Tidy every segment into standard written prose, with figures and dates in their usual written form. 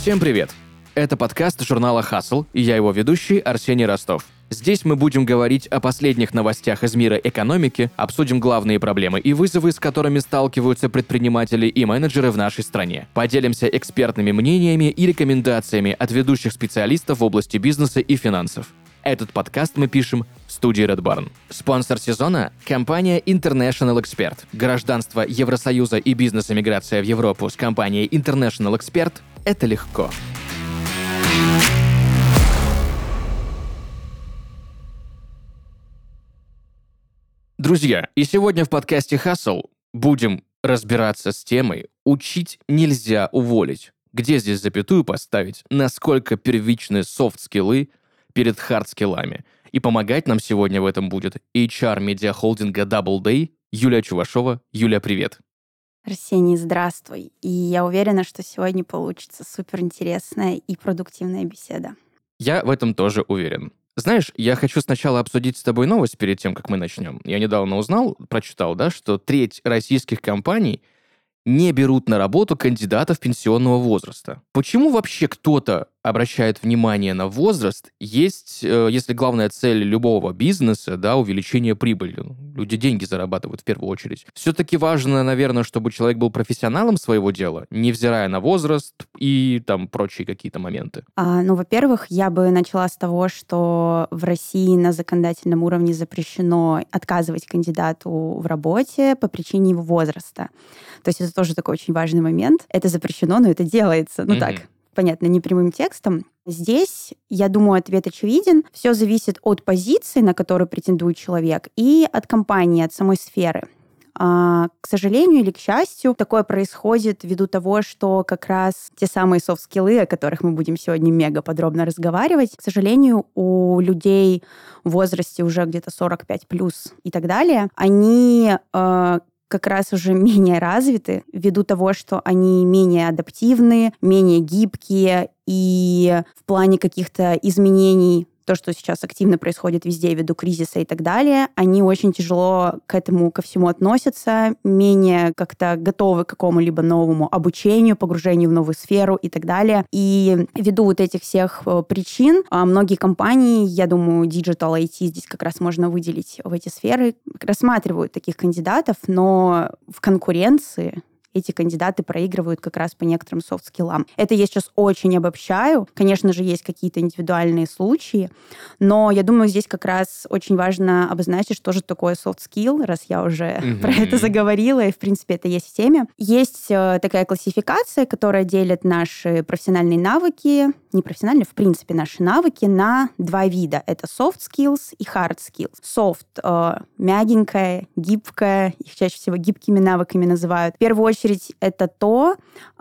Всем привет! Это подкаст журнала Hustle, и я его ведущий Арсений Ростов. Здесь мы будем говорить о последних новостях из мира экономики, обсудим главные проблемы и вызовы, с которыми сталкиваются предприниматели и менеджеры в нашей стране. Поделимся экспертными мнениями и рекомендациями от ведущих специалистов в области бизнеса и финансов. Этот подкаст мы пишем в студии Red Barn. Спонсор сезона – компания International Expert. Гражданство Евросоюза и бизнес-эмиграция в Европу с компанией International Expert – это легко. Друзья, и сегодня в подкасте Hustle будем разбираться с темой «Учить нельзя уволить». Где здесь запятую поставить, насколько первичны софт-скиллы перед хард-скиллами. И помогать нам сегодня в этом будет HR-медиахолдинга Doubleday Юлия Чувашова. Юля, привет. Арсений, здравствуй. И я уверена, что сегодня получится суперинтересная и продуктивная беседа. Я в этом тоже уверен. Знаешь, я хочу сначала обсудить с тобой новость перед тем, как мы начнем. Я недавно прочитал, что треть российских компаний не берут на работу кандидатов пенсионного возраста. Почему вообще кто-то обращает внимание на возраст, если главная цель любого бизнеса, увеличение прибыли? Люди деньги зарабатывают в первую очередь. Все-таки важно, наверное, чтобы человек был профессионалом своего дела, невзирая на возраст и прочие какие-то моменты. Во-первых, я бы начала с того, что в России на законодательном уровне запрещено отказывать кандидату в работе по причине его возраста. То есть это тоже такой очень важный момент. Это запрещено, но это делается. Так, понятно, не прямым текстом. Здесь, я думаю, ответ очевиден. Все зависит от позиции, на которую претендует человек, и от компании, от самой сферы. К сожалению или к счастью, такое происходит ввиду того, что как раз те самые софт-скиллы, о которых мы будем сегодня мега подробно разговаривать, к сожалению, у людей в возрасте уже где-то 45 плюс и так далее, они как раз уже менее развиты ввиду того, что они менее адаптивны, менее гибкие, и в плане каких-то изменений, то, что сейчас активно происходит везде ввиду кризиса и так далее, они очень тяжело ко всему относятся, менее как-то готовы к какому-либо новому обучению, погружению в новую сферу и так далее. И ввиду вот этих всех причин, многие компании, я думаю, Digital IT здесь как раз можно выделить в эти сферы, рассматривают таких кандидатов, но в конкуренции эти кандидаты проигрывают как раз по некоторым софт-скиллам. Это я сейчас очень обобщаю. Конечно же, есть какие-то индивидуальные случаи, но я думаю, здесь как раз очень важно обозначить, что же такое софт-скилл, раз я уже про это заговорила, и, в принципе, это есть в теме. Есть такая классификация, которая делит наши профессиональные навыки, не профессиональные, в принципе, наши навыки на два вида. Это soft skills и hard skills. Soft мягенькая, гибкая, их чаще всего гибкими навыками называют. В первую очередь, это то,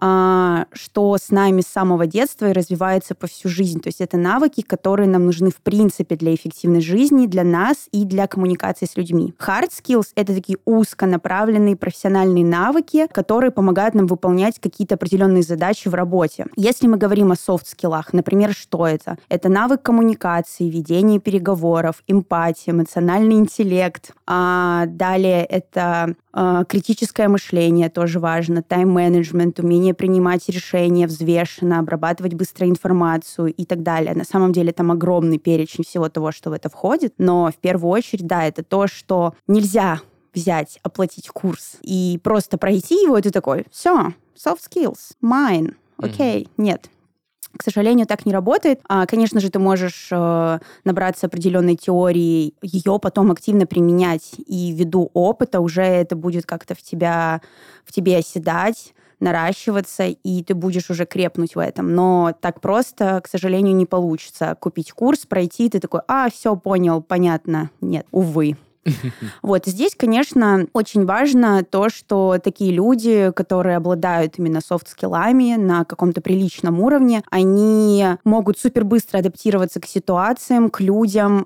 что с нами с самого детства и развивается по всю жизнь. То есть это навыки, которые нам нужны в принципе для эффективной жизни, для нас и для коммуникации с людьми. Hard skills — это такие узконаправленные профессиональные навыки, которые помогают нам выполнять какие-то определенные задачи в работе. Если мы говорим о софт-скиллах, например, что это? Это навык коммуникации, ведения переговоров, эмпатия, эмоциональный интеллект. Далее это критическое мышление, тоже важно, тайм-менеджмент, умение принимать решения взвешенно, обрабатывать быстро информацию и так далее. На самом деле там огромный перечень всего того, что в это входит, но в первую очередь, это то, что нельзя взять, оплатить курс и просто пройти его, и ты такой, все, soft skills, mine, окей, нет. К сожалению, так не работает. Конечно же, ты можешь набраться определенной теории, ее потом активно применять, и ввиду опыта уже это будет как-то в тебе оседать, наращиваться, и ты будешь уже крепнуть в этом. Но так просто, к сожалению, не получится. Купить курс, пройти, ты такой, все, понял, понятно. Нет, увы. Здесь, конечно, очень важно то, что такие люди, которые обладают именно софт-скиллами на каком-то приличном уровне, они могут супербыстро адаптироваться к ситуациям, к людям,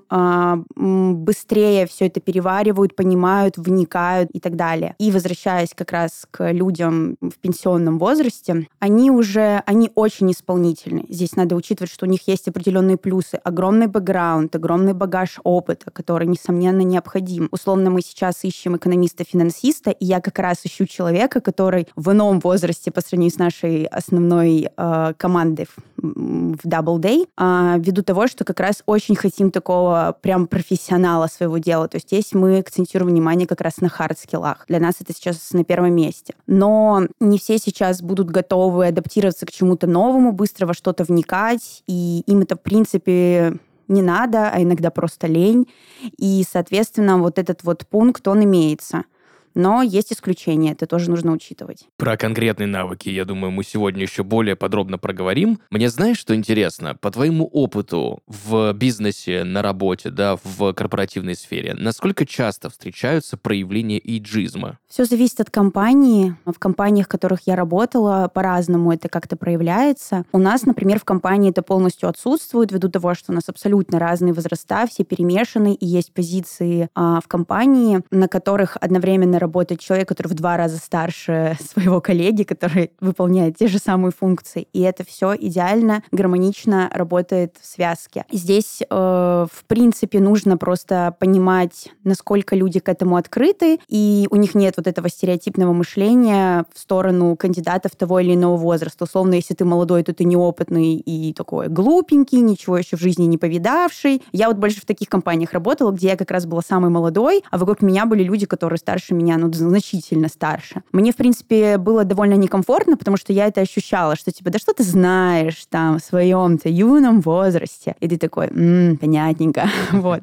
быстрее все это переваривают, понимают, вникают и так далее. И возвращаясь как раз к людям в пенсионном возрасте, они очень исполнительны. Здесь надо учитывать, что у них есть определенные плюсы, огромный бэкграунд, огромный багаж опыта, который, несомненно, необходим необходим. Условно, мы сейчас ищем экономиста-финансиста, и я как раз ищу человека, который в ином возрасте по сравнению с нашей основной командой в Double Day, ввиду того, что как раз очень хотим такого прям профессионала своего дела. То есть здесь мы акцентируем внимание как раз на хард-скиллах. Для нас это сейчас на первом месте. Но не все сейчас будут готовы адаптироваться к чему-то новому, быстро во что-то вникать, и им это, в принципе, не надо, а иногда просто лень. И, соответственно, вот этот вот пункт, он имеется. Но есть исключения, это тоже нужно учитывать. Про конкретные навыки, я думаю, мы сегодня еще более подробно проговорим. Мне знаешь, что интересно? По твоему опыту в бизнесе, на работе, да, в корпоративной сфере, насколько часто встречаются проявления эйджизма? Все зависит от компании. В компаниях, в которых я работала, по-разному это как-то проявляется. У нас, например, в компании это полностью отсутствует, ввиду того, что у нас абсолютно разные возраста, все перемешаны, и есть позиции в компании, на которых одновременно работает человек, который в 2 раза старше своего коллеги, который выполняет те же самые функции. И это все идеально, гармонично работает в связке. Здесь, в принципе, нужно просто понимать, насколько люди к этому открыты, и у них нет вот этого стереотипного мышления в сторону кандидатов того или иного возраста. Условно, если ты молодой, то ты неопытный и такой глупенький, ничего еще в жизни не повидавший. Я вот больше в таких компаниях работала, где я как раз была самой молодой, а вокруг меня были люди, которые старше меня, значительно старше. Мне, в принципе, было довольно некомфортно, потому что я это ощущала, что типа, да что ты знаешь там в своем-то юном возрасте? И ты такой, понятненько. Вот.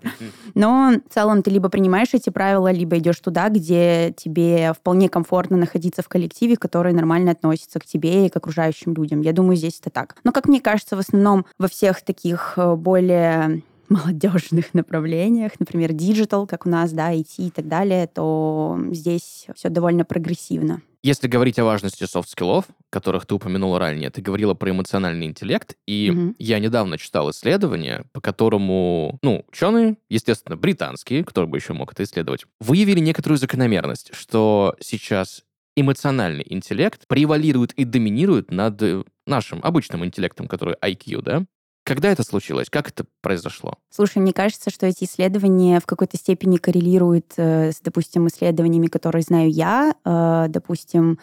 Но в целом ты либо принимаешь эти правила, либо идешь туда, где тебе вполне комфортно находиться в коллективе, который нормально относится к тебе и к окружающим людям. Я думаю, здесь это так. Но, как мне кажется, в основном во всех таких более молодежных направлениях, например, диджитал, как у нас, да, IT и так далее, то здесь все довольно прогрессивно. Если говорить о важности софт-скиллов, которых ты упомянула ранее, ты говорила про эмоциональный интеллект, и я недавно читал исследование, по которому, ученые, естественно, британские, кто бы еще мог это исследовать, выявили некоторую закономерность, что сейчас эмоциональный интеллект превалирует и доминирует над нашим обычным интеллектом, который IQ, да? Когда это случилось? Как это произошло? Слушай, мне кажется, что эти исследования в какой-то степени коррелируют с, допустим, исследованиями, которые знаю я, допустим,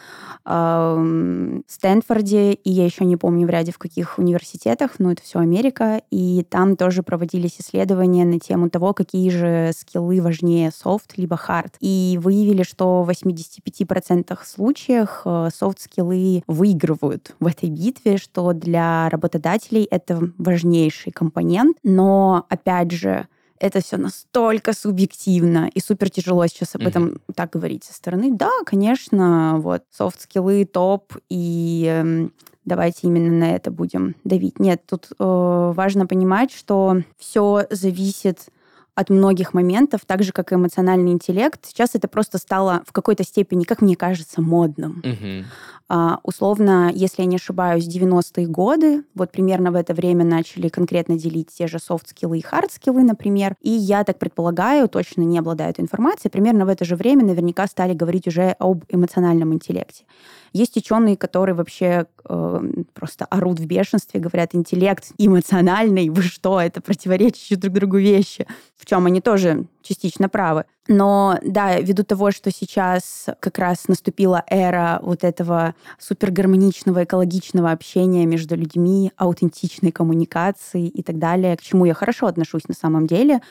в Стэнфорде, и я еще не помню в ряде в каких университетах, но это все Америка, и там тоже проводились исследования на тему того, какие же скиллы важнее, софт либо хард. И выявили, что в 85% случаях софт-скиллы выигрывают в этой битве, что для работодателей это важнейший компонент, но, опять же, это все настолько субъективно и супер тяжело сейчас об этом так говорить со стороны. Да, конечно, вот, софт-скиллы топ, и давайте именно на это будем давить. Нет, тут важно понимать, что все зависит от многих моментов, так же, как и эмоциональный интеллект. Сейчас это просто стало в какой-то степени, как мне кажется, модным. Условно, если я не ошибаюсь, 90-е годы, вот примерно в это время начали конкретно делить те же софт-скиллы и хард-скиллы, например. И я так предполагаю, точно не обладаю этой информацией, примерно в это же время наверняка стали говорить уже об эмоциональном интеллекте. Есть ученые, которые вообще просто орут в бешенстве, говорят, интеллект эмоциональный, вы что, это противоречащие друг другу вещи, в чем они тоже частично правы. Но да, ввиду того, что сейчас как раз наступила эра вот этого супергармоничного, экологичного общения между людьми, аутентичной коммуникации и так далее, к чему я хорошо отношусь на самом деле,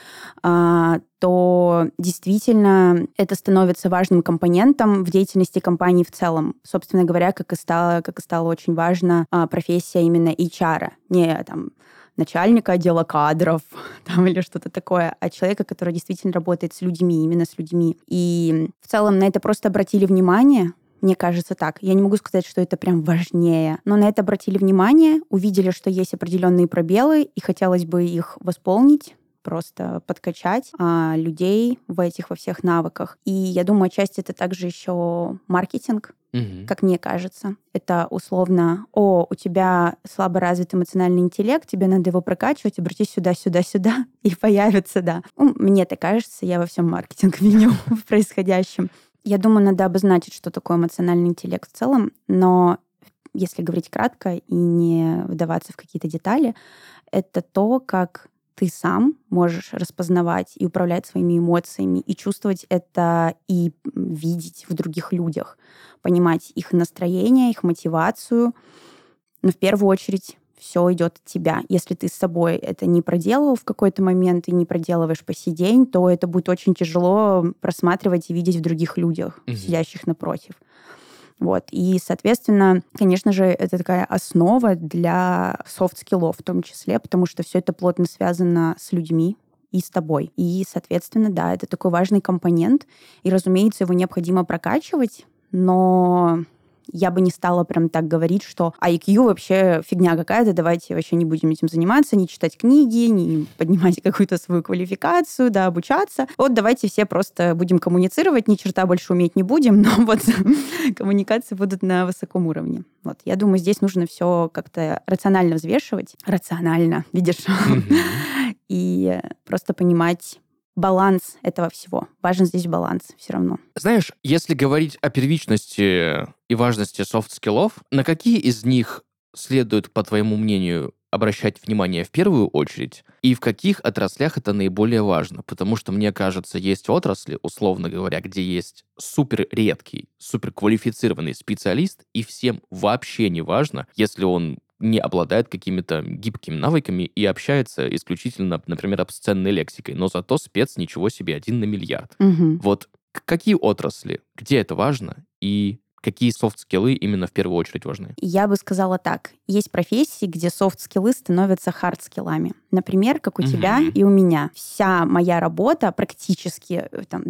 то действительно это становится важным компонентом в деятельности компании в целом. Собственно говоря, как и стала очень важна профессия именно HR, не там начальника отдела кадров там, или что-то такое, а человека, который действительно работает с людьми, именно с людьми. И в целом на это просто обратили внимание, мне кажется так. Я не могу сказать, что это прям важнее, но на это обратили внимание, увидели, что есть определенные пробелы, и хотелось бы их восполнить, просто подкачать людей во всех навыках. И я думаю, отчасти это также еще маркетинг, как мне кажется. Это условно, у тебя слабо развит эмоциональный интеллект, тебе надо его прокачивать, обратись сюда, сюда, сюда, и появится, да. Мне так кажется, я во всем маркетинг виню в происходящем. Я думаю, надо обозначить, что такое эмоциональный интеллект в целом, но если говорить кратко и не вдаваться в какие-то детали, это то, как ты сам можешь распознавать и управлять своими эмоциями, и чувствовать это, и видеть в других людях, понимать их настроение, их мотивацию. Но в первую очередь все идет от тебя. Если ты с собой это не проделал в какой-то момент и не проделываешь по сей день, то это будет очень тяжело просматривать и видеть в других людях, сидящих напротив. Вот. И, соответственно, конечно же, это такая основа для софт-скиллов в том числе, потому что все это плотно связано с людьми и с тобой. И, соответственно, да, это такой важный компонент. И, разумеется, его необходимо прокачивать, но я бы не стала прям так говорить, что IQ вообще фигня какая-то, давайте вообще не будем этим заниматься, не читать книги, не поднимать какую-то свою квалификацию, да, обучаться. Вот давайте все просто будем коммуницировать, ни черта больше уметь не будем, но вот коммуникации будут на высоком уровне. Вот. Я думаю, здесь нужно все как-то рационально взвешивать. Рационально, видишь? И просто понимать баланс этого всего. Важен здесь баланс все равно. Знаешь, если говорить о первичности и важности софт-скиллов, на какие из них следует, по твоему мнению, обращать внимание в первую очередь, и в каких отраслях это наиболее важно? Потому что, мне кажется, есть отрасли, условно говоря, где есть супер редкий, супер квалифицированный специалист, и всем вообще не важно, если он не обладает какими-то гибкими навыками и общается исключительно, например, обсценной лексикой, но зато спец ничего себе 1 на миллиард. Вот какие отрасли, где это важно, и какие софт-скиллы именно в первую очередь важны? Я бы сказала так. Есть профессии, где софт-скиллы становятся хард-скиллами. Например, как у тебя и у меня. Вся моя работа практически там,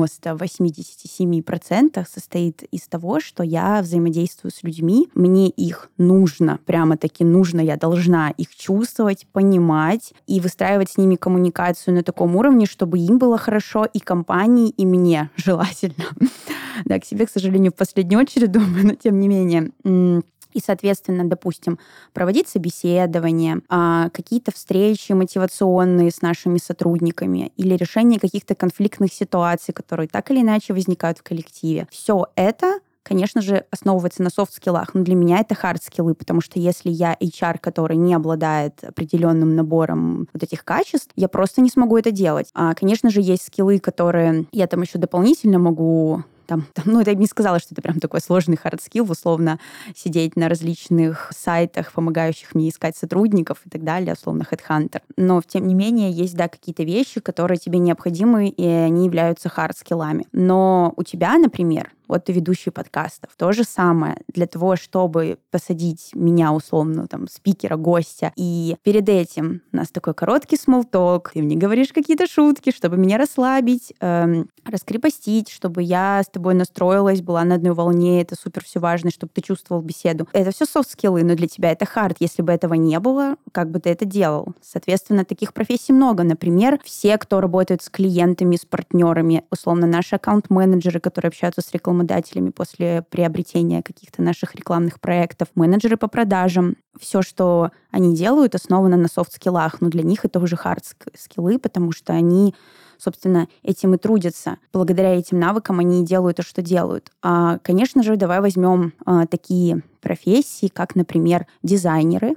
90-87% состоит из того, что я взаимодействую с людьми. Мне их нужно, прямо-таки нужно, я должна их чувствовать, понимать и выстраивать с ними коммуникацию на таком уровне, чтобы им было хорошо и компании, и мне желательно. Да, к себе, к сожалению, в последнюю очередь думаю, но тем не менее. И, соответственно, допустим, проводить собеседования, какие-то встречи мотивационные с нашими сотрудниками или решение каких-то конфликтных ситуаций, которые так или иначе возникают в коллективе. Все это, конечно же, основывается на софт-скиллах. Но для меня это хард-скиллы, потому что если я HR, который не обладает определенным набором вот этих качеств, я просто не смогу это делать. Конечно же, есть скиллы, которые я там еще дополнительно могу... Ну, я бы не сказала, что это прям такой сложный хард-скилл, условно, сидеть на различных сайтах, помогающих мне искать сотрудников и так далее, условно, HeadHunter. Но, тем не менее, есть, да, какие-то вещи, которые тебе необходимы, и они являются хард-скиллами. Но у тебя, например, вот ты ведущий подкастов. То же самое. Для того, чтобы посадить меня, условно, там, спикера, гостя, и перед этим у нас такой короткий смолток, ты мне говоришь какие-то шутки, чтобы меня расслабить, раскрепостить, чтобы я с тобой настроилась, была на одной волне, это супер все важно, чтобы ты чувствовал беседу. Это все софт-скиллы, но для тебя это хард. Если бы этого не было, как бы ты это делал? Соответственно, таких профессий много. Например, все, кто работает с клиентами, с партнерами, условно, наши аккаунт-менеджеры, которые общаются с рекламодателями после приобретения каких-то наших рекламных проектов, менеджеры по продажам. Все, что они делают, основано на софт-скиллах, но для них это уже хард-скиллы, потому что они, собственно, этим и трудятся. Благодаря этим навыкам они и делают то, что делают. Конечно же, давай возьмем такие профессии, как, например, дизайнеры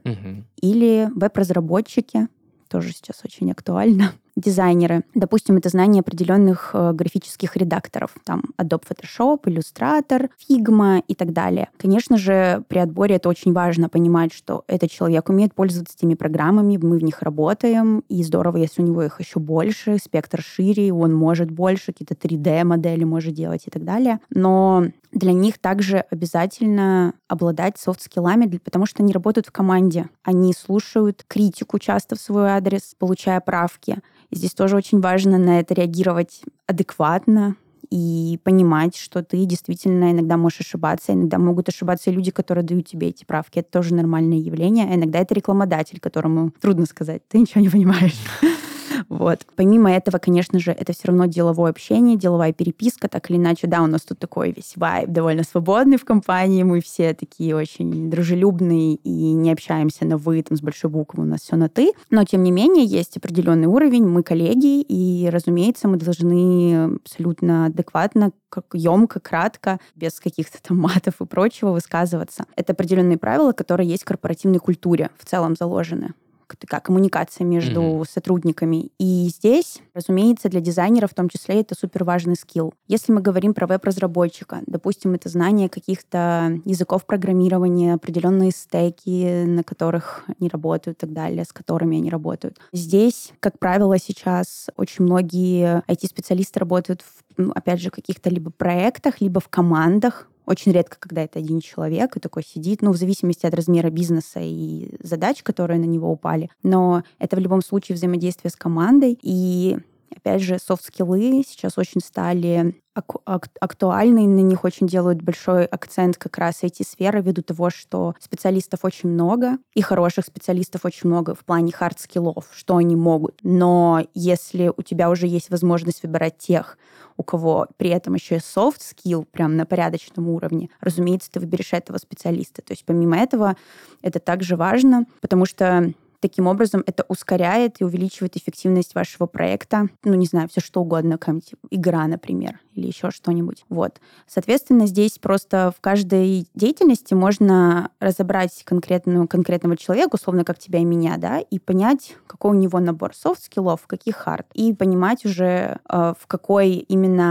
или веб-разработчики. Тоже сейчас очень актуально. Дизайнеры. Допустим, это знание определенных графических редакторов. Там Adobe Photoshop, Illustrator, Figma и так далее. Конечно же, при отборе это очень важно понимать, что этот человек умеет пользоваться этими программами, мы в них работаем, и здорово, если у него их еще больше, спектр шире, он может больше, какие-то 3D-модели может делать и так далее. Но для них также обязательно обладать софт-скиллами, потому что они работают в команде. Они слушают критику часто в свой адрес, получая правки. И здесь тоже очень важно на это реагировать адекватно и понимать, что ты действительно иногда можешь ошибаться, иногда могут ошибаться и люди, которые дают тебе эти правки. Это тоже нормальное явление. А иногда это рекламодатель, которому трудно сказать, ты ничего не понимаешь. Вот. Помимо этого, конечно же, это все равно деловое общение, деловая переписка, так или иначе. Да, у нас тут такой весь вайб довольно свободный в компании, мы все такие очень дружелюбные и не общаемся на «вы», там, с большой буквы, у нас все на «ты». Но, тем не менее, есть определенный уровень, мы коллеги, и, разумеется, мы должны абсолютно адекватно, емко, кратко, без каких-то там матов и прочего высказываться. Это определенные правила, которые есть в корпоративной культуре в целом заложены. такая коммуникация между сотрудниками. И здесь, разумеется, для дизайнеров в том числе это супер важный скилл. Если мы говорим про веб-разработчика, допустим, это знание каких-то языков программирования, определенные стеки, на которых они работают и так далее, с которыми они работают. Здесь, как правило, сейчас очень многие IT-специалисты работают опять же, в каких-то либо проектах, либо в командах. Очень редко, когда это один человек и такой сидит, в зависимости от размера бизнеса и задач, которые на него упали. Но это в любом случае взаимодействие с командой. И, опять же, софт-скиллы сейчас очень стали актуальны, на них очень делают большой акцент как раз IT-сфера, ввиду того, что специалистов очень много, и хороших специалистов очень много в плане хард-скиллов, что они могут. Но если у тебя уже есть возможность выбирать тех, у кого при этом еще и soft-skill прям на порядочном уровне, разумеется, ты выберешь этого специалиста. То есть помимо этого это также важно, потому что таким образом это ускоряет и увеличивает эффективность вашего проекта. Не знаю, все что угодно, какая-нибудь игра, например, или еще что-нибудь. Вот. Соответственно, здесь просто в каждой деятельности можно разобрать конкретного человека, условно, как тебя и меня, да, и понять, какой у него набор софт-скиллов, каких хард, и понимать уже, в какой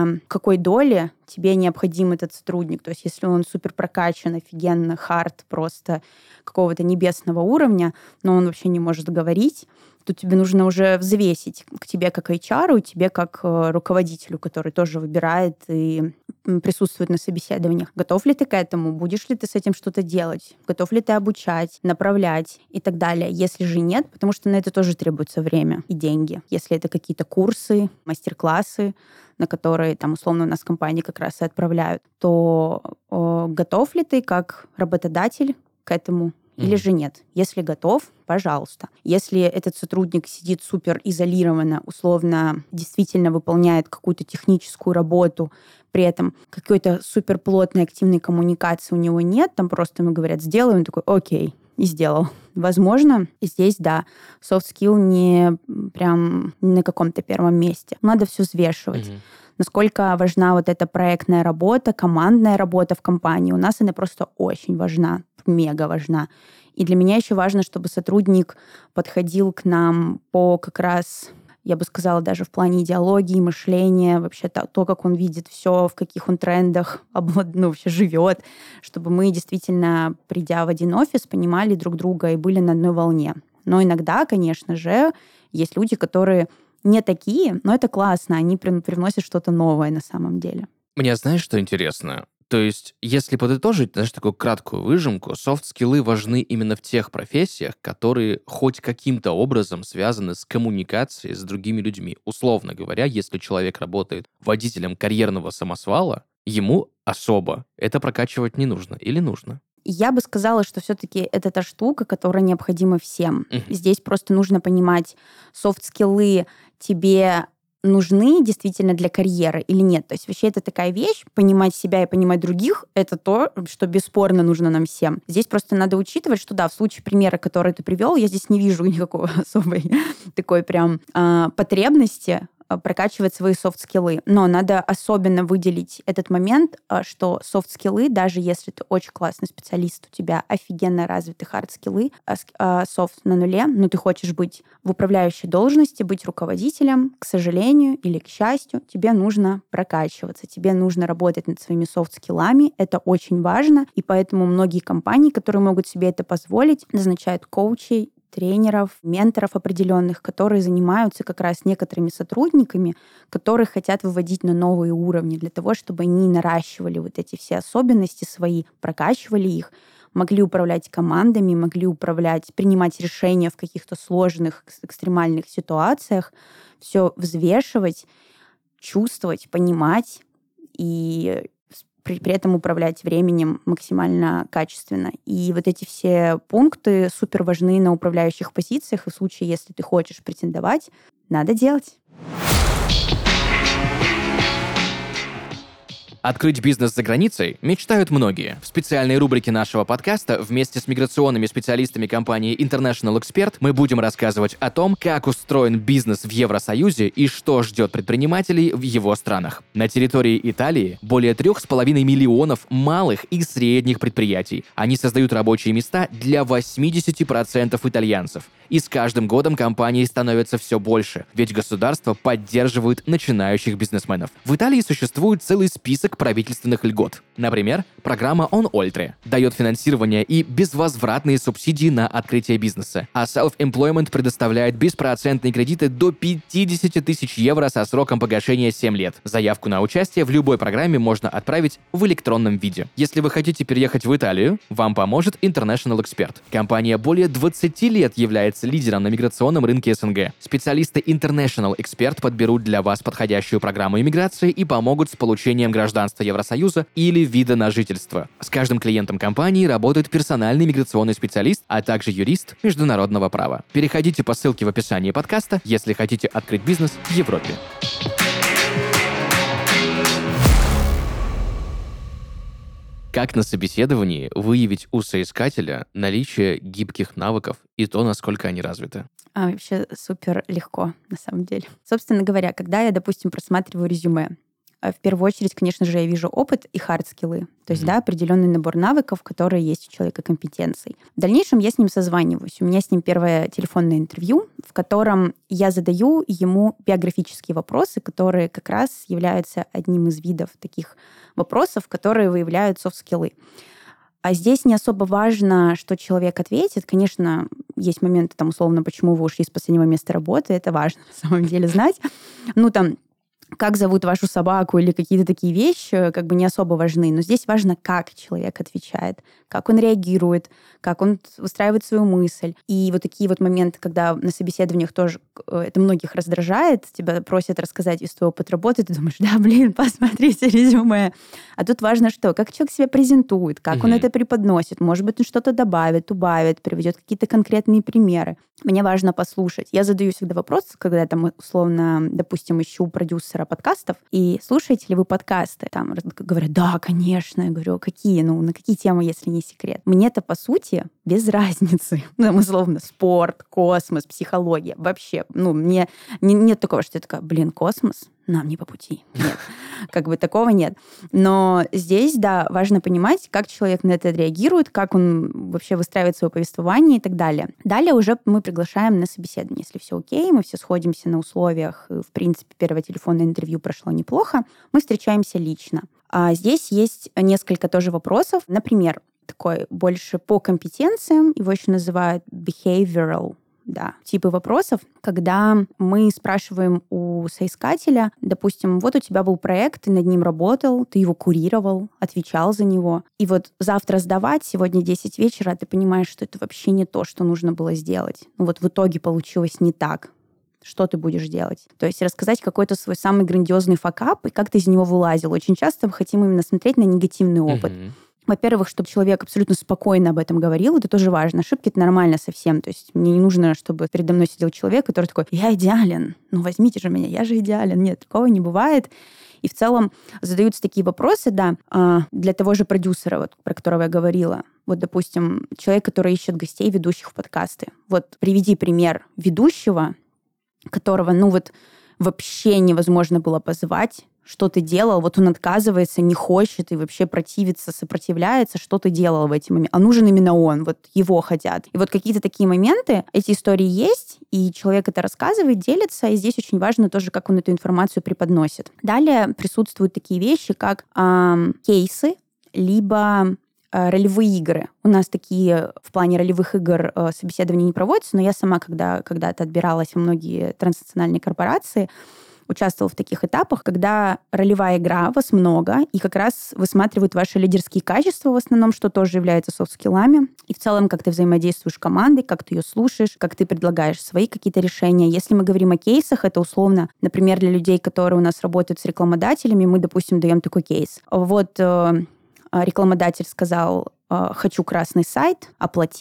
доле тебе необходим этот сотрудник. То есть если он супер прокачан, офигенно, хард просто какого-то небесного уровня, но он вообще не может говорить, то тебе нужно уже взвесить к тебе как HR, и тебе как руководителю, который тоже выбирает и присутствует на собеседованиях. Готов ли ты к этому? Будешь ли ты с этим что-то делать? Готов ли ты обучать, направлять и так далее? Если же нет, потому что на это тоже требуется время и деньги. Если это какие-то курсы, мастер-классы, на которые, там, условно, у нас компании как раз и отправляют, то готов ли ты как работодатель к этому или же нет? Если готов, пожалуйста. Если этот сотрудник сидит супер изолированно, условно, действительно выполняет какую-то техническую работу, при этом какой-то супер плотной активной коммуникации у него нет, там просто ему говорят «сделай», он такой «окей», и сделал. Возможно, здесь, да, soft skill не прям на каком-то первом месте. Надо все взвешивать. Насколько важна вот эта проектная работа, командная работа в компании. У нас она просто очень важна, мега важна. И для меня еще важно, чтобы сотрудник подходил к нам по как раз, я бы сказала, даже в плане идеологии, мышления, вообще то, как он видит все, в каких он трендах вообще живет, чтобы мы действительно, придя в один офис, понимали друг друга и были на одной волне. Но иногда, конечно же, есть люди, которые не такие, но это классно, они привносят что-то новое на самом деле. Мне знаешь, что интересно? То есть, если подытожить, знаешь, такую краткую выжимку, софт-скиллы важны именно в тех профессиях, которые хоть каким-то образом связаны с коммуникацией с другими людьми. Условно говоря, если человек работает водителем карьерного самосвала, ему особо это прокачивать не нужно или нужно? Я бы сказала, что все-таки это та штука, которая необходима всем. Здесь просто нужно понимать, софт-скиллы тебе нужны действительно для карьеры или нет. То есть вообще это такая вещь, понимать себя и понимать других, это то, что бесспорно нужно нам всем. Здесь просто надо учитывать, что да, в случае примера, который ты привел, я здесь не вижу никакой особой такой прям потребности прокачивать свои софт-скиллы. Но надо особенно выделить этот момент, что софт-скиллы, даже если ты очень классный специалист, у тебя офигенно развиты хард-скиллы, софт на нуле, но ты хочешь быть в управляющей должности, быть руководителем, к сожалению или к счастью, тебе нужно прокачиваться, тебе нужно работать над своими софт-скиллами, это очень важно, и поэтому многие компании, которые могут себе это позволить, назначают коучей, тренеров, менторов определенных, которые занимаются как раз некоторыми сотрудниками, которые хотят выводить на новые уровни для того, чтобы они наращивали вот эти все особенности свои, прокачивали их, могли управлять командами, могли принимать решения в каких-то сложных, экстремальных ситуациях, все взвешивать, чувствовать, понимать и при этом управлять временем максимально качественно. И вот эти все пункты супер важны на управляющих позициях, и в случае, если ты хочешь претендовать, надо делать. Открыть бизнес за границей мечтают многие. В специальной рубрике нашего подкаста вместе с миграционными специалистами компании International Expert мы будем рассказывать о том, как устроен бизнес в Евросоюзе и что ждет предпринимателей в его странах. На территории Италии более 3,5 миллионов малых и средних предприятий. Они создают рабочие места для 80% итальянцев. И с каждым годом компаний становится все больше, ведь государство поддерживает начинающих бизнесменов. В Италии существует целый список правительственных льгот. Например, программа On Oltre дает финансирование и безвозвратные субсидии на открытие бизнеса, а Self-Employment предоставляет беспроцентные кредиты до 50 тысяч евро со сроком погашения 7 лет. Заявку на участие в любой программе можно отправить в электронном виде. Если вы хотите переехать в Италию, вам поможет International Expert. Компания более 20 лет является лидером на миграционном рынке СНГ. Специалисты International Expert подберут для вас подходящую программу иммиграции и помогут с получением гражданства Евросоюза или вида на жительство. С каждым клиентом компании работает персональный миграционный специалист, а также юрист международного права. Переходите по ссылке в описании подкаста, если хотите открыть бизнес в Европе. Как на собеседовании выявить у соискателя наличие гибких навыков и то, насколько они развиты? Вообще супер легко, на самом деле. Собственно говоря, когда я, допустим, просматриваю резюме, в первую очередь, конечно же, я вижу опыт и хард-скиллы. То есть, определенный набор навыков, которые есть у человека, компетенций. В дальнейшем я с ним созваниваюсь. У меня с ним первое телефонное интервью, в котором я задаю ему биографические вопросы, которые как раз являются одним из видов таких вопросов, которые выявляют софт-скиллы. А здесь не особо важно, что человек ответит. Конечно, есть моменты, там, условно, почему вы ушли с последнего места работы. Это важно, на самом деле, знать. Как зовут вашу собаку или какие-то такие вещи, как бы не особо важны. Но здесь важно, как человек отвечает, как он реагирует, как он выстраивает свою мысль. И вот такие вот моменты, когда на собеседованиях тоже это многих раздражает, тебя просят рассказать из твоего опыта работы, ты думаешь, посмотрите резюме. А тут важно что? Как человек себя презентует, как он это преподносит. Может быть, он что-то добавит, убавит, приведет какие-то конкретные примеры. Мне важно послушать. Я задаю всегда вопрос, когда там, условно, допустим, ищу продюсера подкастов, и слушаете ли вы подкасты? Там говорят, да, конечно. Я говорю, какие? На какие темы, если не секрет? Мне-то, по сути, без разницы. Условно, спорт, космос, психология. Вообще, мне нет такого, что я такая, космос? Нам не по пути. Нет. Такого нет. Но здесь, важно понимать, как человек на это реагирует, как он вообще выстраивает свое повествование и так далее. Далее уже мы приглашаем на собеседование. Если все окей, мы все сходимся на условиях, в принципе, первое телефонное интервью прошло неплохо, мы встречаемся лично. А здесь есть несколько тоже вопросов. Например, такой больше по компетенциям, его еще называют behavioral, типы вопросов, когда мы спрашиваем у соискателя, допустим, вот у тебя был проект, ты над ним работал, ты его курировал, отвечал за него, и вот завтра сдавать, сегодня 10 вечера, ты понимаешь, что это вообще не то, что нужно было сделать. В итоге получилось не так. Что ты будешь делать? То есть рассказать какой-то свой самый грандиозный факап и как ты из него вылазил. Очень часто мы хотим именно смотреть на негативный опыт. Во-первых, чтобы человек абсолютно спокойно об этом говорил, это тоже важно. Ошибки — это нормально совсем. То есть мне не нужно, чтобы передо мной сидел человек, который такой, я идеален, возьмите же меня, я же идеален. Нет, такого не бывает. И в целом задаются такие вопросы, для того же продюсера, про которого я говорила. Допустим, человек, который ищет гостей, ведущих в подкасты. Приведи пример ведущего, которого, вообще невозможно было позвать. Что ты делал? Он отказывается, не хочет и вообще противится, сопротивляется. Что ты делал в эти моменты? А нужен именно он, его хотят. И какие-то такие моменты, эти истории есть, и человек это рассказывает, делится, и здесь очень важно тоже, как он эту информацию преподносит. Далее присутствуют такие вещи, как кейсы, либо ролевые игры. У нас такие в плане ролевых игр собеседования не проводятся, но я сама, когда-то отбиралась во многие транснациональные корпорации, участвовала в таких этапах, когда ролевая игра, вас много, и как раз высматривают ваши лидерские качества в основном, что тоже является софт-скиллами. И в целом, как ты взаимодействуешь с командой, как ты ее слушаешь, как ты предлагаешь свои какие-то решения. Если мы говорим о кейсах, это условно, например, для людей, которые у нас работают с рекламодателями, мы, допустим, даем такой кейс. Рекламодатель сказал, хочу красный сайт, оплатил,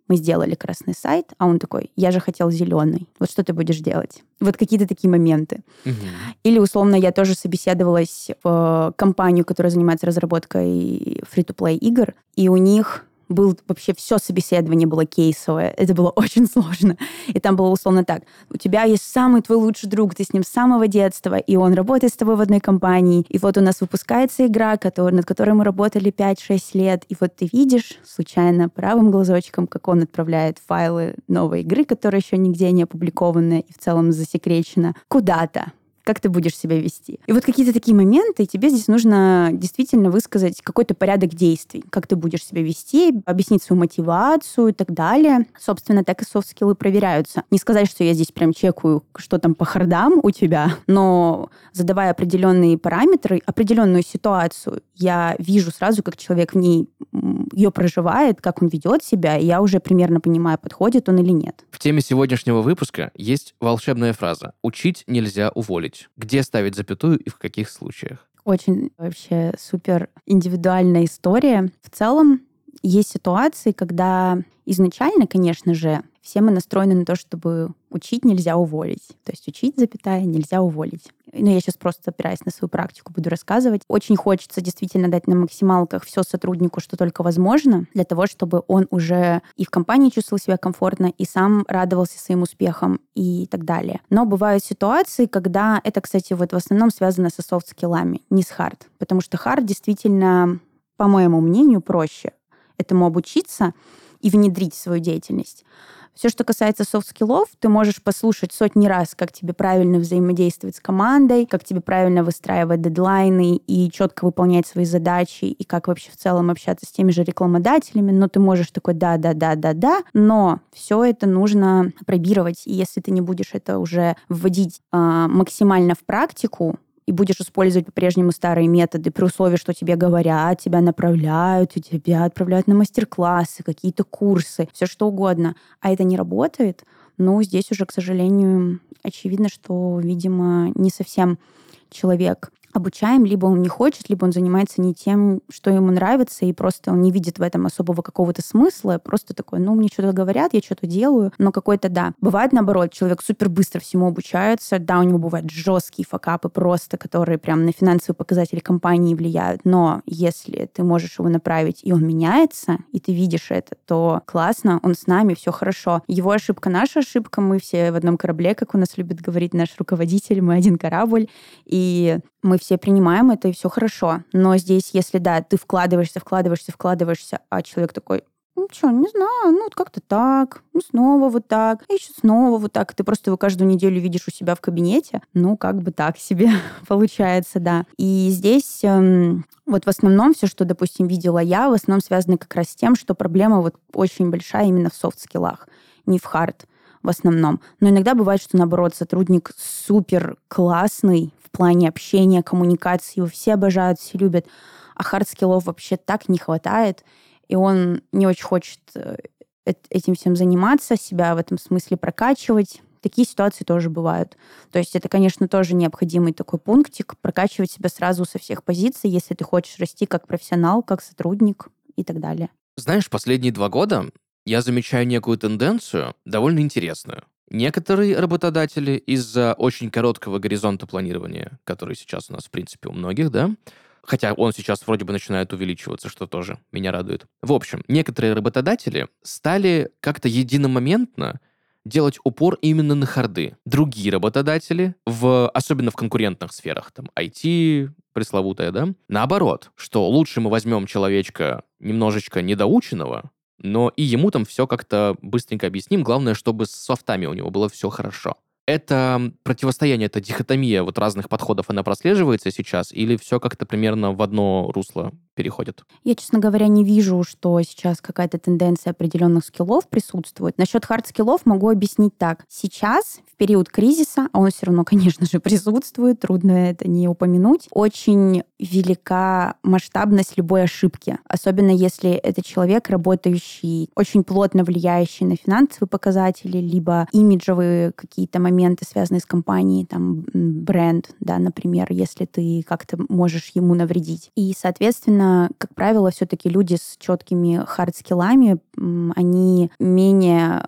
мы сделали красный сайт, а он такой, я же хотел зеленый. Вот что ты будешь делать? Вот какие-то такие моменты. Или, условно, я тоже собеседовалась в компанию, которая занимается разработкой free-to-play игр, и у них был вообще все собеседование было кейсовое. Это было очень сложно. И там было условно так. У тебя есть самый твой лучший друг, ты с ним с самого детства, и он работает с тобой в одной компании. И вот у нас выпускается игра, над которой мы работали 5-6 лет. И вот ты видишь случайно правым глазочком, как он отправляет файлы новой игры, которая еще нигде не опубликована и в целом засекречена, куда-то. Как ты будешь себя вести. И вот какие-то такие моменты, и тебе здесь нужно действительно высказать какой-то порядок действий, как ты будешь себя вести, объяснить свою мотивацию и так далее. Собственно, так и софт-скиллы проверяются. Не сказать, что я здесь прям чекаю, что там по хардам у тебя, но задавая определенные параметры, определенную ситуацию, я вижу сразу, как человек в ней ее проживает, как он ведет себя, и я уже примерно понимаю, подходит он или нет. В теме сегодняшнего выпуска есть волшебная фраза «Учить нельзя уволить». Где ставить запятую и в каких случаях? Очень вообще супер индивидуальная история. В целом есть ситуации, когда изначально, конечно же, все мы настроены на то, чтобы учить нельзя уволить. То есть учить, запятая, нельзя уволить. Ну, я сейчас просто опираясь на свою практику буду рассказывать. Очень хочется действительно дать на максималках все сотруднику, что только возможно, для того, чтобы он уже и в компании чувствовал себя комфортно, и сам радовался своим успехам и так далее. Но бывают ситуации, когда это, кстати, вот в основном связано со софт-скиллами, не с хард. Потому что хард действительно, по моему мнению, проще этому обучиться и внедрить в свою деятельность. Все, что касается софт-скиллов, ты можешь послушать сотни раз, как тебе правильно взаимодействовать с командой, как тебе правильно выстраивать дедлайны и четко выполнять свои задачи, и как вообще в целом общаться с теми же рекламодателями. Но ты можешь такой да, но все это нужно пробировать. И если ты не будешь это уже вводить максимально в практику, и будешь использовать по-прежнему старые методы при условии, что тебе говорят, тебя направляют, и тебя отправляют на мастер-классы, какие-то курсы, все что угодно, а это не работает, ну, здесь уже, к сожалению, очевидно, что, видимо, не совсем человек обучаем, либо он не хочет, либо он занимается не тем, что ему нравится, и просто он не видит в этом особого какого-то смысла, просто такой, ну, мне что-то говорят, я что-то делаю, но какой-то, да. Бывает, наоборот, человек супер быстро всему обучается, да, у него бывают жесткие факапы просто, которые прям на финансовые показатели компании влияют, но если ты можешь его направить, и он меняется, и ты видишь это, то классно, он с нами, все хорошо. Его ошибка, наша ошибка, мы все в одном корабле, как у нас любит говорить наш руководитель, мы один корабль, и мы все принимаем это, и все хорошо. Но здесь, если, да, ты вкладываешься, а человек такой, ну что, не знаю, ну вот как-то так, ну снова вот так, а еще снова вот так. Ты просто его каждую неделю видишь у себя в кабинете, ну как бы так себе получается, да. И здесь вот в основном все, что, допустим, видела я, в основном связано как раз с тем, что проблема вот очень большая именно в софт-скиллах, не в хард в основном. Но иногда бывает, что, наоборот, сотрудник супер классный в плане общения, коммуникации, его все обожают, все любят, а хард-скиллов вообще так не хватает, и он не очень хочет этим всем заниматься, себя в этом смысле прокачивать. Такие ситуации тоже бывают. То есть это, конечно, тоже необходимый такой пунктик, прокачивать себя сразу со всех позиций, если ты хочешь расти как профессионал, как сотрудник и так далее. Знаешь, последние 2 года я замечаю некую тенденцию, довольно интересную. Некоторые работодатели из-за очень короткого горизонта планирования, который сейчас у нас, в принципе, у многих, да, хотя он сейчас вроде бы начинает увеличиваться, что тоже меня радует. В общем, некоторые работодатели стали как-то единомоментно делать упор именно на харды. Другие работодатели, особенно в конкурентных сферах, там, IT, пресловутая, да, наоборот, что лучше мы возьмем человечка немножечко недоученного, но и ему там все как-то быстренько объясним. Главное, чтобы с софтами у него было все хорошо. Это противостояние, эта дихотомия вот разных подходов, она прослеживается сейчас, или все как-то примерно в одно русло переходит? Я, честно говоря, не вижу, что сейчас какая-то тенденция определенных скиллов присутствует. Насчет хард-скиллов могу объяснить так. Сейчас, в период кризиса, а он все равно, конечно же, присутствует, трудно это не упомянуть, очень велика масштабность любой ошибки. Особенно если это человек, работающий, очень плотно влияющий на финансовые показатели, либо имиджевые какие-то моменты, связанные с компанией, там, бренд, да, например, если ты как-то можешь ему навредить. И, соответственно, Соответственно, как правило, все-таки люди с четкими хард-скиллами, они менее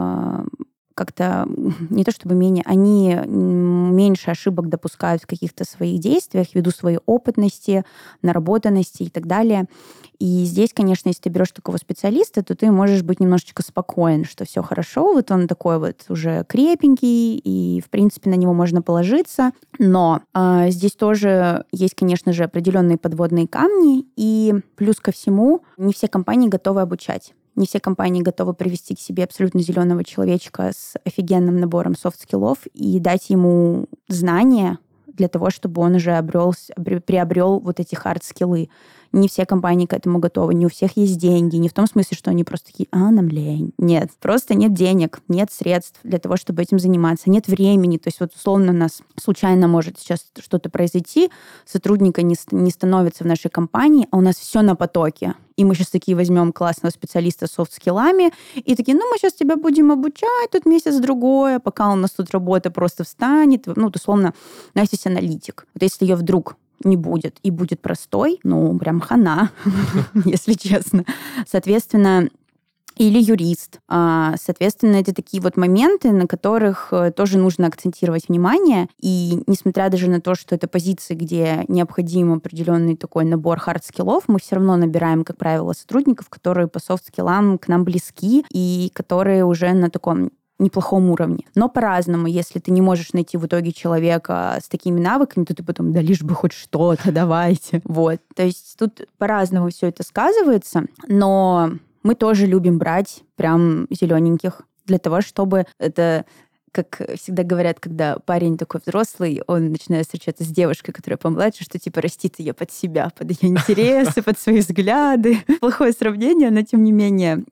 как-то, не то чтобы менее, они меньше ошибок допускают в каких-то своих действиях ввиду своей опытности, наработанности и так далее. И здесь, конечно, если ты берешь такого специалиста, то ты можешь быть немножечко спокоен, что все хорошо, вот он такой вот уже крепенький, и, в принципе, на него можно положиться. Но здесь тоже есть, конечно же, определенные подводные камни, и плюс ко всему, не все компании готовы обучать. Не все компании готовы привести к себе абсолютно зеленого человечка с офигенным набором софт-скиллов и дать ему знания для того, чтобы он уже приобрел вот эти хард-скиллы. Не все компании к этому готовы, не у всех есть деньги, не в том смысле, что они просто такие, нам лень. Нет, просто нет денег, нет средств для того, чтобы этим заниматься, нет времени. То есть вот условно у нас случайно может сейчас что-то произойти, сотрудника не становится в нашей компании, а у нас все на потоке. И мы сейчас такие возьмем классного специалиста с софт-скиллами и такие, мы сейчас тебя будем обучать тут месяц-другой, пока у нас тут работа просто встанет. Условно, у нас есть аналитик. Вот если ее вдруг не будет и будет простой, прям хана, если честно. Соответственно, или юрист. Соответственно, это такие вот моменты, на которых тоже нужно акцентировать внимание. И несмотря даже на то, что это позиции, где необходим определенный такой набор хард-скиллов, мы все равно набираем, как правило, сотрудников, которые по софт-скиллам к нам близки и которые уже на таком неплохом уровне. Но по-разному. Если ты не можешь найти в итоге человека с такими навыками, то ты потом, да лишь бы хоть что-то, давайте. Вот. То есть тут по-разному все это сказывается, но мы тоже любим брать прям зелененьких для того, чтобы это... Как всегда говорят, когда парень такой взрослый, он начинает встречаться с девушкой, которая помладше, что типа растит ее под себя, под ее интересы, под свои взгляды. Плохое сравнение, но тем не менее.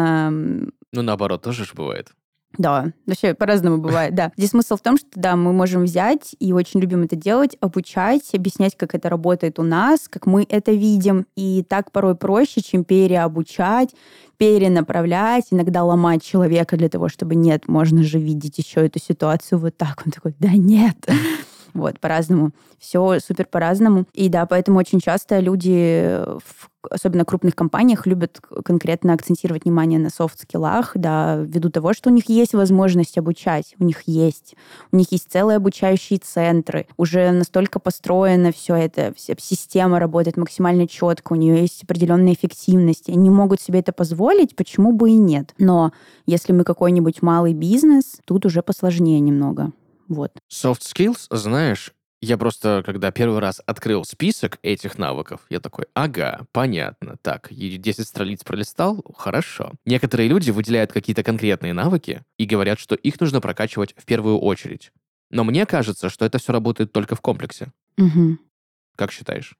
Наоборот, тоже же бывает. Да, вообще по-разному бывает, да. Здесь смысл в том, что, да, мы можем взять и очень любим это делать, обучать, объяснять, как это работает у нас, как мы это видим. И так порой проще, чем переобучать, перенаправлять, иногда ломать человека для того, чтобы нет, можно же видеть еще эту ситуацию вот так. Он такой, да нет. Вот, по-разному. Все супер по-разному. И да, поэтому очень часто люди, особенно в крупных компаниях, любят конкретно акцентировать внимание на софт-скиллах, да, ввиду того, что у них есть возможность обучать. У них есть целые обучающие центры. Уже настолько построено все это, вся система работает максимально четко, у нее есть определенная эффективность. И они могут себе это позволить, почему бы и нет. Но если мы какой-нибудь малый бизнес, тут уже посложнее немного. Вот. Soft skills, знаешь, я просто, когда первый раз открыл список этих навыков, я такой, ага, понятно, так, 10 страниц пролистал, хорошо. Некоторые люди выделяют какие-то конкретные навыки и говорят, что их нужно прокачивать в первую очередь. Но мне кажется, что это все работает только в комплексе. Угу. Как считаешь?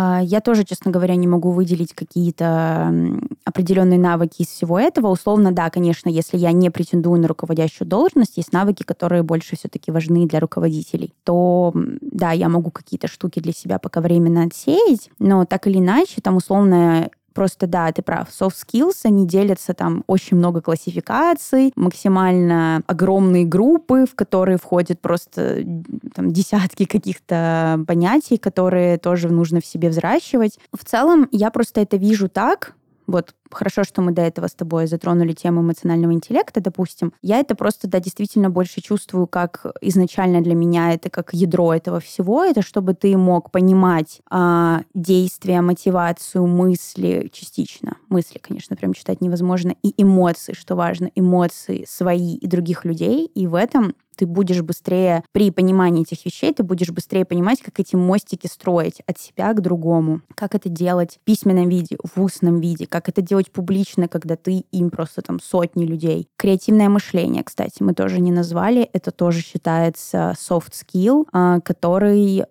Я тоже, честно говоря, не могу выделить какие-то определенные навыки из всего этого. Условно, да, конечно, если я не претендую на руководящую должность, есть навыки, которые больше все-таки важны для руководителей, то, да, я могу какие-то штуки для себя пока временно отсеять, но так или иначе, там, условно, просто, да, ты прав. Soft skills, они делятся там очень много классификаций, максимально огромные группы, в которые входят просто там десятки каких-то понятий, которые тоже нужно в себе взращивать. В целом, я просто это вижу так, вот хорошо, что мы до этого с тобой затронули тему эмоционального интеллекта, допустим. Я это просто, да, действительно больше чувствую, как изначально для меня это как ядро этого всего. Это чтобы ты мог понимать действия, мотивацию, мысли частично. Мысли, конечно, прям читать невозможно. И эмоции, что важно, эмоции свои и других людей. И в этом ты будешь быстрее, при понимании этих вещей, ты будешь быстрее понимать, как эти мостики строить от себя к другому. Как это делать в письменном виде, в устном виде, как это делать публично, когда ты им просто там сотни людей. Креативное мышление, кстати, мы тоже не назвали. Это тоже считается soft skill, который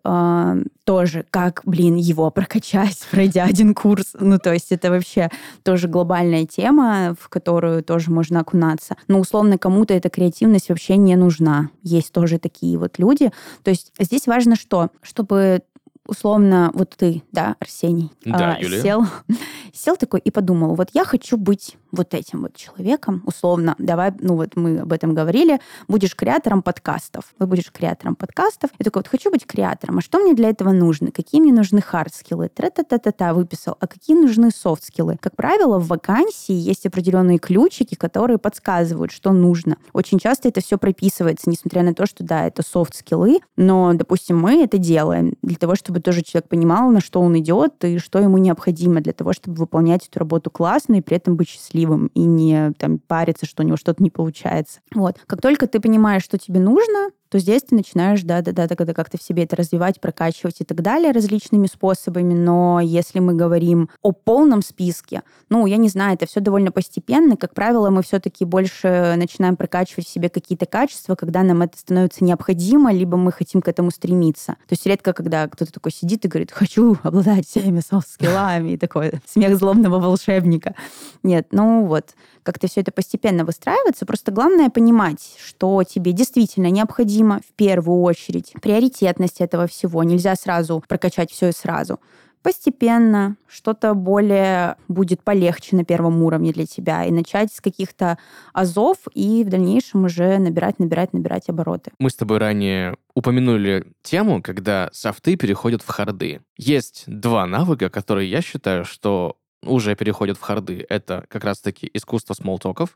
тоже, как, его прокачать, пройдя один курс. То есть это вообще тоже глобальная тема, в которую тоже можно окунаться. Но условно кому-то эта креативность вообще не нужна. Есть тоже такие вот люди. То есть здесь важно что? Чтобы условно, вот ты, да, Арсений, да, сел такой и подумал, вот я хочу быть вот этим вот человеком, условно, давай, вот мы об этом говорили, будешь креатором подкастов. Вы будешь креатором подкастов. Я такой, вот хочу быть креатором. А что мне для этого нужно? Какие мне нужны хард-скиллы? Тра-та-та-та-та, выписал. А какие нужны софт-скиллы? Как правило, в вакансии есть определенные ключики, которые подсказывают, что нужно. Очень часто это все прописывается, несмотря на то, что, да, это софт-скиллы, но, допустим, мы это делаем для того, чтобы тоже человек понимал, на что он идет и что ему необходимо для того, чтобы выполнять эту работу классно и при этом быть счастливым и не там париться, что у него что-то не получается. Вот. Как только ты понимаешь, что тебе нужно, то здесь ты начинаешь, как-то в себе это развивать, прокачивать и так далее различными способами. Но если мы говорим о полном списке, я не знаю, это все довольно постепенно. Как правило, мы все-таки больше начинаем прокачивать в себе какие-то качества, когда нам это становится необходимо, либо мы хотим к этому стремиться. То есть редко, когда кто-то такой сидит и говорит, хочу обладать всеми софт-скиллами, и такой смех злобного волшебника. Нет, как-то все это постепенно выстраивается. Просто главное понимать, что тебе действительно необходимо в первую очередь. Приоритетность этого всего. Нельзя сразу прокачать все и сразу. Постепенно что-то более будет полегче на первом уровне для тебя. И начать с каких-то азов и в дальнейшем уже набирать обороты. Мы с тобой ранее упомянули тему, когда софты переходят в харды. Есть два навыка, которые я считаю, что уже переходят в харды. Это как раз-таки искусство смолтоков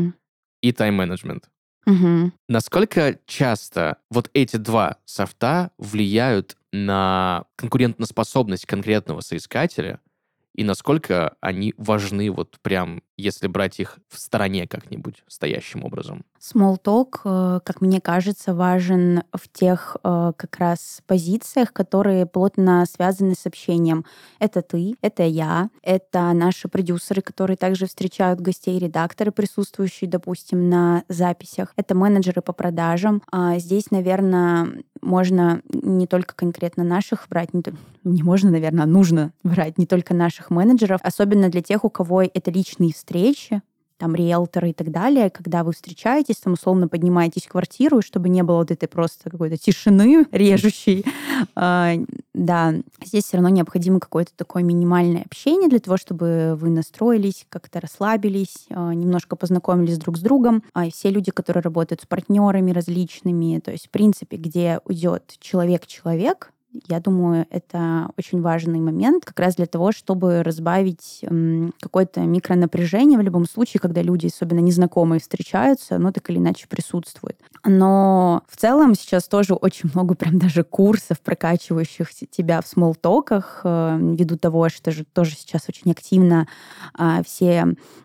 и тайм-менеджмент. Насколько часто вот эти два софта влияют на конкурентоспособность конкретного соискателя и насколько они важны вот прям, если брать их в стороне как-нибудь стоящим образом? Small talk, как мне кажется, важен в тех как раз позициях, которые плотно связаны с общением. Это ты, это я, это наши продюсеры, которые также встречают гостей, редакторы, присутствующие, допустим, на записях. Это менеджеры по продажам. Здесь, наверное, можно не только конкретно наших брать, не можно, наверное, нужно брать не только наших менеджеров, особенно для тех, у кого это личные встречи, там, риэлторы и так далее, когда вы встречаетесь, там, условно поднимаетесь в квартиру, и чтобы не было вот этой просто какой-то тишины режущей. Да, здесь все равно необходимо какое-то такое минимальное общение для того, чтобы вы настроились, как-то расслабились, немножко познакомились друг с другом. И все люди, которые работают с партнерами различными, то есть, в принципе, где идет человек-человек, я думаю, это очень важный момент как раз для того, чтобы разбавить какое-то микронапряжение в любом случае, когда люди, особенно незнакомые, встречаются, оно так или иначе присутствует. Но в целом сейчас тоже очень много прям даже курсов, прокачивающих тебя в смолтоках, ввиду того, что же тоже сейчас очень активно все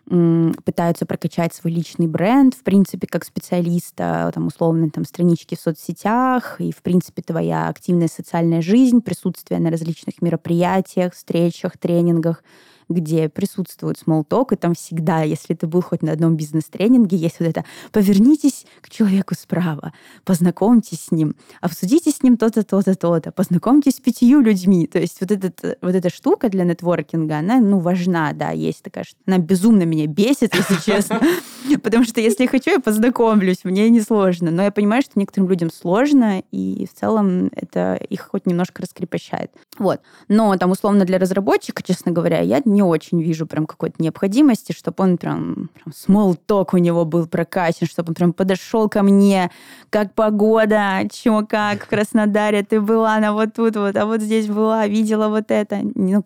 пытаются прокачать свой личный бренд, в принципе, как специалиста, там, условно, там, странички в соцсетях и, в принципе, твоя активная социальная жизнь, присутствие на различных мероприятиях, встречах, тренингах, где присутствует смолток, и там всегда, если ты был хоть на одном бизнес-тренинге, есть вот это «повернитесь к человеку справа, познакомьтесь с ним, обсудите с ним то-то, то-то, то-то, познакомьтесь с 5 людьми». То есть вот эта штука для нетворкинга, она, важна, да, есть такая, что она безумно меня бесит, если честно, потому что если я хочу, я познакомлюсь, мне не сложно, но я понимаю, что некоторым людям сложно, и в целом это их хоть немножко раскрепощает. Вот. Но там, условно, для разработчика, честно говоря, я не очень вижу прям какой-то необходимости, чтобы он прям small talk у него был прокачан, чтобы он прям подошел ко мне, как погода, чё, как в Краснодаре ты была, на вот тут вот, а вот здесь была, видела вот это.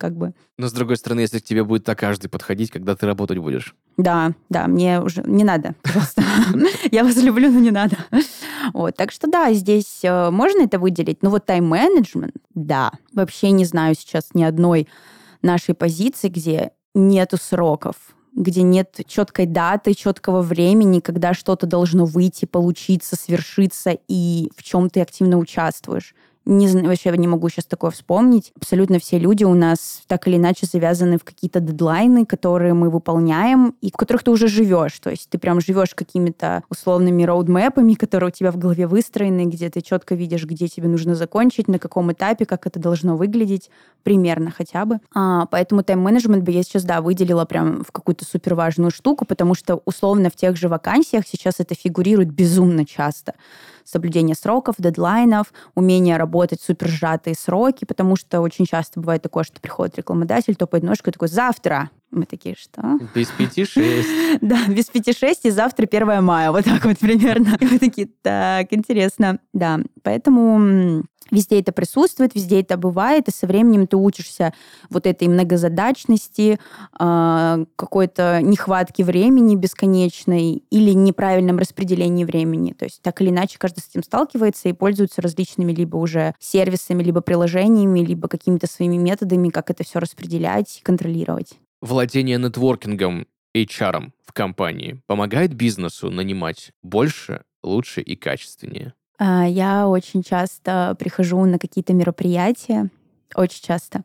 Но, с другой стороны, если к тебе будет так каждый подходить, когда ты работать будешь. Да, мне уже не надо, пожалуйста. Я вас люблю, но не надо. Вот, так что да, здесь можно это выделить. Но вот тайм-менеджмент, да. Вообще не знаю сейчас ни одной нашей позиции, где нету сроков, где нет четкой даты, четкого времени, когда что-то должно выйти, получиться, свершиться, и в чем ты активно участвуешь. Не знаю, вообще не могу сейчас такое вспомнить. Абсолютно все люди у нас так или иначе завязаны в какие-то дедлайны, которые мы выполняем, и в которых ты уже живешь. То есть ты прям живешь какими-то условными роудмэпами, которые у тебя в голове выстроены, где ты четко видишь, где тебе нужно закончить, на каком этапе, как это должно выглядеть, примерно хотя бы. Поэтому тайм-менеджмент бы я сейчас, выделила прям в какую-то суперважную штуку, потому что условно в тех же вакансиях сейчас это фигурирует безумно часто. Соблюдение сроков, дедлайнов, умение работать в супер сжатые сроки, потому что очень часто бывает такое, что приходит рекламодатель, топает ножкой, такой: завтра Мы такие, что? Без 5-6. Да, без 5-6, и завтра 1 мая, вот так вот примерно. И мы такие, так, интересно. Да, поэтому везде это присутствует, везде это бывает, и со временем ты учишься вот этой многозадачности, какой-то нехватки времени бесконечной или неправильном распределении времени. То есть так или иначе каждый с этим сталкивается и пользуется различными либо уже сервисами, либо приложениями, либо какими-то своими методами, как это все распределять и контролировать. Владение нетворкингом, HR в компании помогает бизнесу нанимать больше, лучше и качественнее? Я очень часто прихожу на какие-то мероприятия, очень часто,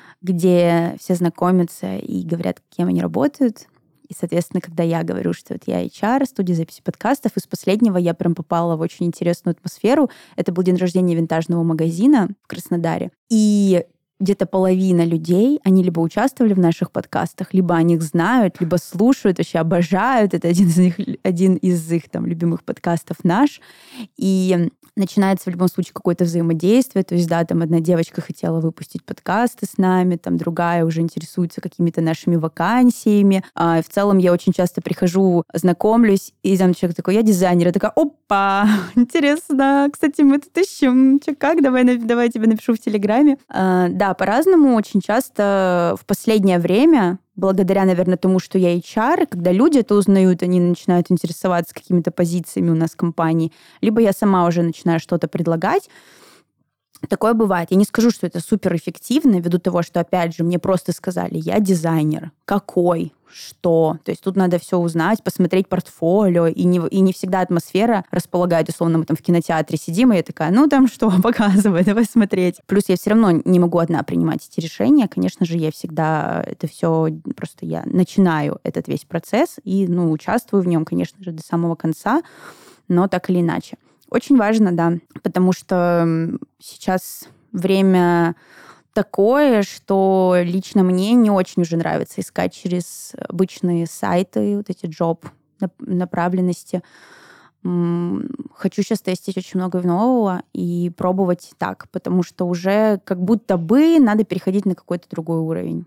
где все знакомятся и говорят, кем они работают. И, соответственно, когда я говорю, что вот я HR, студия записи подкастов, из последнего я прям попала в очень интересную атмосферу. Это был день рождения винтажного магазина в Краснодаре. И где-то половина людей, они либо участвовали в наших подкастах, либо о них знают, либо слушают, вообще обожают. Это один из их там любимых подкастов наш. И начинается в любом случае какое-то взаимодействие. То есть, да, там одна девочка хотела выпустить подкасты с нами, там другая уже интересуется какими-то нашими вакансиями. И в целом я очень часто прихожу, знакомлюсь, и там человек такой, я дизайнер. Я такая, опа, интересно. Кстати, мы тут ищем. Че, как? Давай я тебе напишу в Телеграме. Да, по-разному. Очень часто в последнее время, благодаря, наверное, тому, что я HR, когда люди это узнают, они начинают интересоваться какими-то позициями у нас в компании, либо я сама уже начинаю что-то предлагать. Такое бывает. Я не скажу, что это суперэффективно, ввиду того, что, опять же, мне просто сказали, я дизайнер. Какой? Что? То есть тут надо все узнать, посмотреть портфолио, и не всегда атмосфера располагает. Условно, мы там в кинотеатре сидим, и я такая, ну там что, показывай, давай смотреть. Плюс я все равно не могу одна принимать эти решения. Конечно же, я всегда это все, просто я начинаю этот весь процесс и, участвую в нем, конечно же, до самого конца, но так или иначе. Очень важно, да, потому что сейчас время такое, что лично мне не очень уже нравится искать через обычные сайты вот эти джоб-направленности. Хочу сейчас тестить очень много нового и пробовать так, потому что уже как будто бы надо переходить на какой-то другой уровень.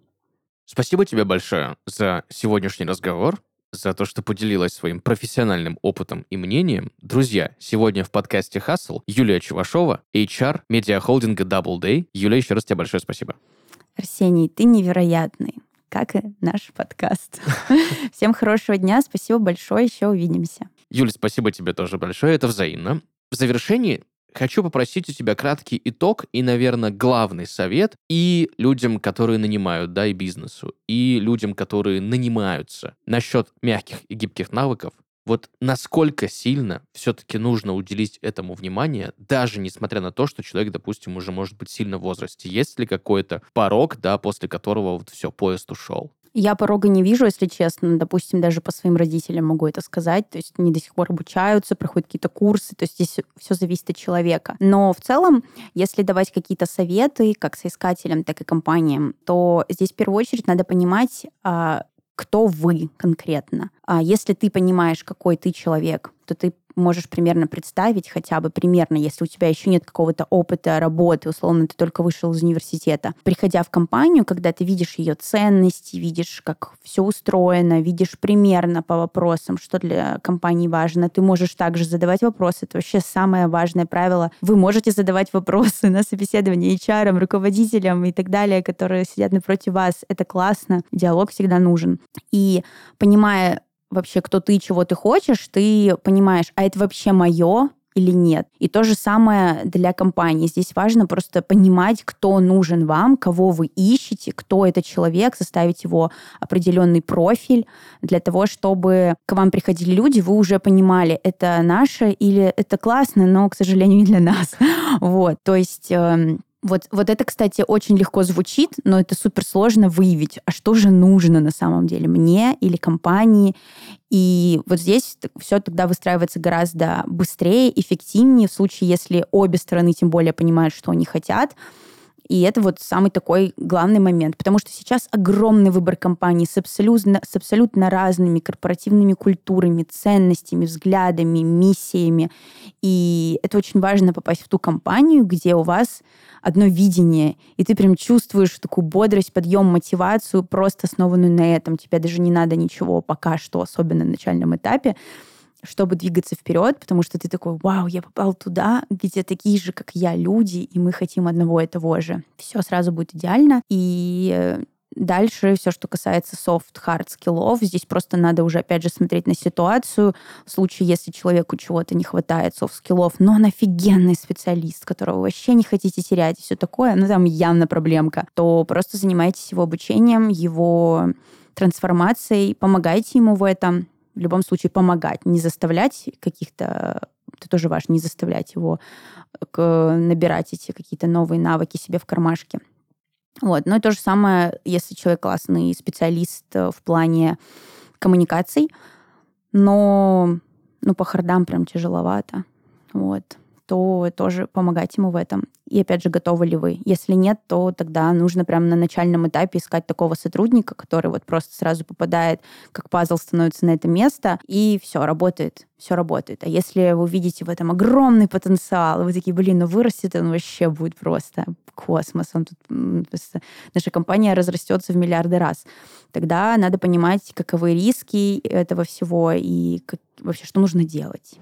Спасибо тебе большое за сегодняшний разговор, за то, что поделилась своим профессиональным опытом и мнением. Друзья, сегодня в подкасте «Хасл» Юлия Чувашова, HR медиахолдинга Double Day. Юлия, еще раз тебе большое спасибо. Арсений, ты невероятный, как и наш подкаст. Всем хорошего дня, спасибо большое, еще увидимся. Юля, спасибо тебе тоже большое, это взаимно. В завершении хочу попросить у тебя краткий итог и, наверное, главный совет и людям, которые нанимают, да, и бизнесу, и людям, которые нанимаются насчет мягких и гибких навыков. Вот насколько сильно все-таки нужно уделить этому внимание, даже несмотря на то, что человек, допустим, уже может быть сильно в возрасте. Есть ли какой-то порог, да, после которого вот все, поезд ушел? Я порога не вижу, если честно. Допустим, даже по своим родителям могу это сказать. То есть они до сих пор обучаются, проходят какие-то курсы. То есть здесь все зависит от человека. Но в целом, если давать какие-то советы как соискателям, так и компаниям, то здесь в первую очередь надо понимать, кто вы конкретно. Если ты понимаешь, какой ты человек, то ты можешь примерно представить, хотя бы примерно, если у тебя еще нет какого-то опыта работы, условно, ты только вышел из университета. Приходя в компанию, когда ты видишь ее ценности, видишь, как все устроено, видишь примерно по вопросам, что для компании важно, ты можешь также задавать вопросы. Это вообще самое важное правило. Вы можете задавать вопросы на собеседовании HR, руководителям и так далее, которые сидят напротив вас. Это классно. Диалог всегда нужен. И понимая вообще, кто ты, чего ты хочешь, ты понимаешь, а это вообще мое или нет. И то же самое для компании. Здесь важно просто понимать, кто нужен вам, кого вы ищете, кто этот человек, составить его определенный профиль для того, чтобы к вам приходили люди, вы уже понимали, это наше или это классно, но, к сожалению, не для нас. Вот, то есть... Вот это, кстати, очень легко звучит, но это суперсложно выявить, а что же нужно на самом деле мне или компании. И вот здесь все тогда выстраивается гораздо быстрее, эффективнее в случае, если обе стороны тем более понимают, что они хотят. И это вот самый такой главный момент, потому что сейчас огромный выбор компаний с абсолютно разными корпоративными культурами, ценностями, взглядами, миссиями. И это очень важно попасть в ту компанию, где у вас одно видение, и ты прям чувствуешь такую бодрость, подъем, мотивацию, просто основанную на этом. Тебе даже не надо ничего пока что, особенно на начальном этапе, чтобы двигаться вперед, потому что ты такой: вау, я попал туда, где такие же, как я, люди, и мы хотим одного и того же. Все сразу будет идеально. И дальше все, что касается soft-hard скиллов, здесь просто надо уже, опять же, смотреть на ситуацию. В случае, если человеку чего-то не хватает софт-скиллов, но он офигенный специалист, которого вы вообще не хотите терять, и все такое, ну там явно проблемка, то просто занимайтесь его обучением, его трансформацией, помогайте ему в этом. В любом случае помогать, не заставлять каких-то... Это тоже важно, не заставлять его набирать эти какие-то новые навыки себе в кармашке. Вот. Ну и то же самое, если человек классный специалист в плане коммуникаций, но по хардам прям тяжеловато, вот, то тоже помогать ему в этом. И опять же, готовы ли вы? Если нет, то тогда нужно прямо на начальном этапе искать такого сотрудника, который вот просто сразу попадает, как пазл становится на это место, и все работает. А если вы видите в этом огромный потенциал, и вы такие: блин, ну вырастет он вообще будет просто космос, он тут, наша компания разрастется в миллиарды раз, тогда надо понимать, каковы риски этого всего и вообще что нужно делать.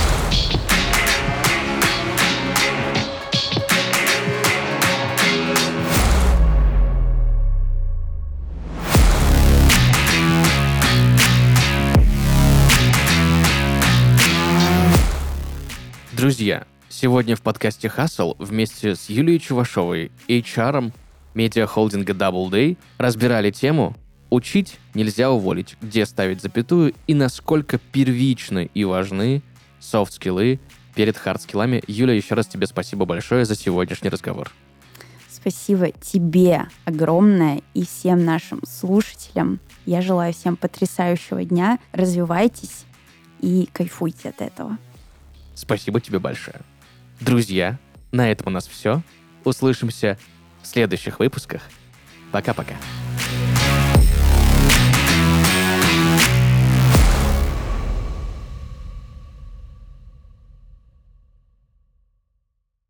Друзья, сегодня в подкасте Hustle вместе с Юлией Чувашовой, HR медиахолдинга Doubleday, разбирали тему «Учить нельзя уволить. Где ставить запятую и насколько первичны и важны софт-скиллы перед хард-скиллами». Юля, еще раз тебе спасибо большое за сегодняшний разговор. Спасибо тебе огромное и всем нашим слушателям. Я желаю всем потрясающего дня. Развивайтесь и кайфуйте от этого. Спасибо тебе большое. Друзья, на этом у нас все. Услышимся в следующих выпусках. Пока-пока.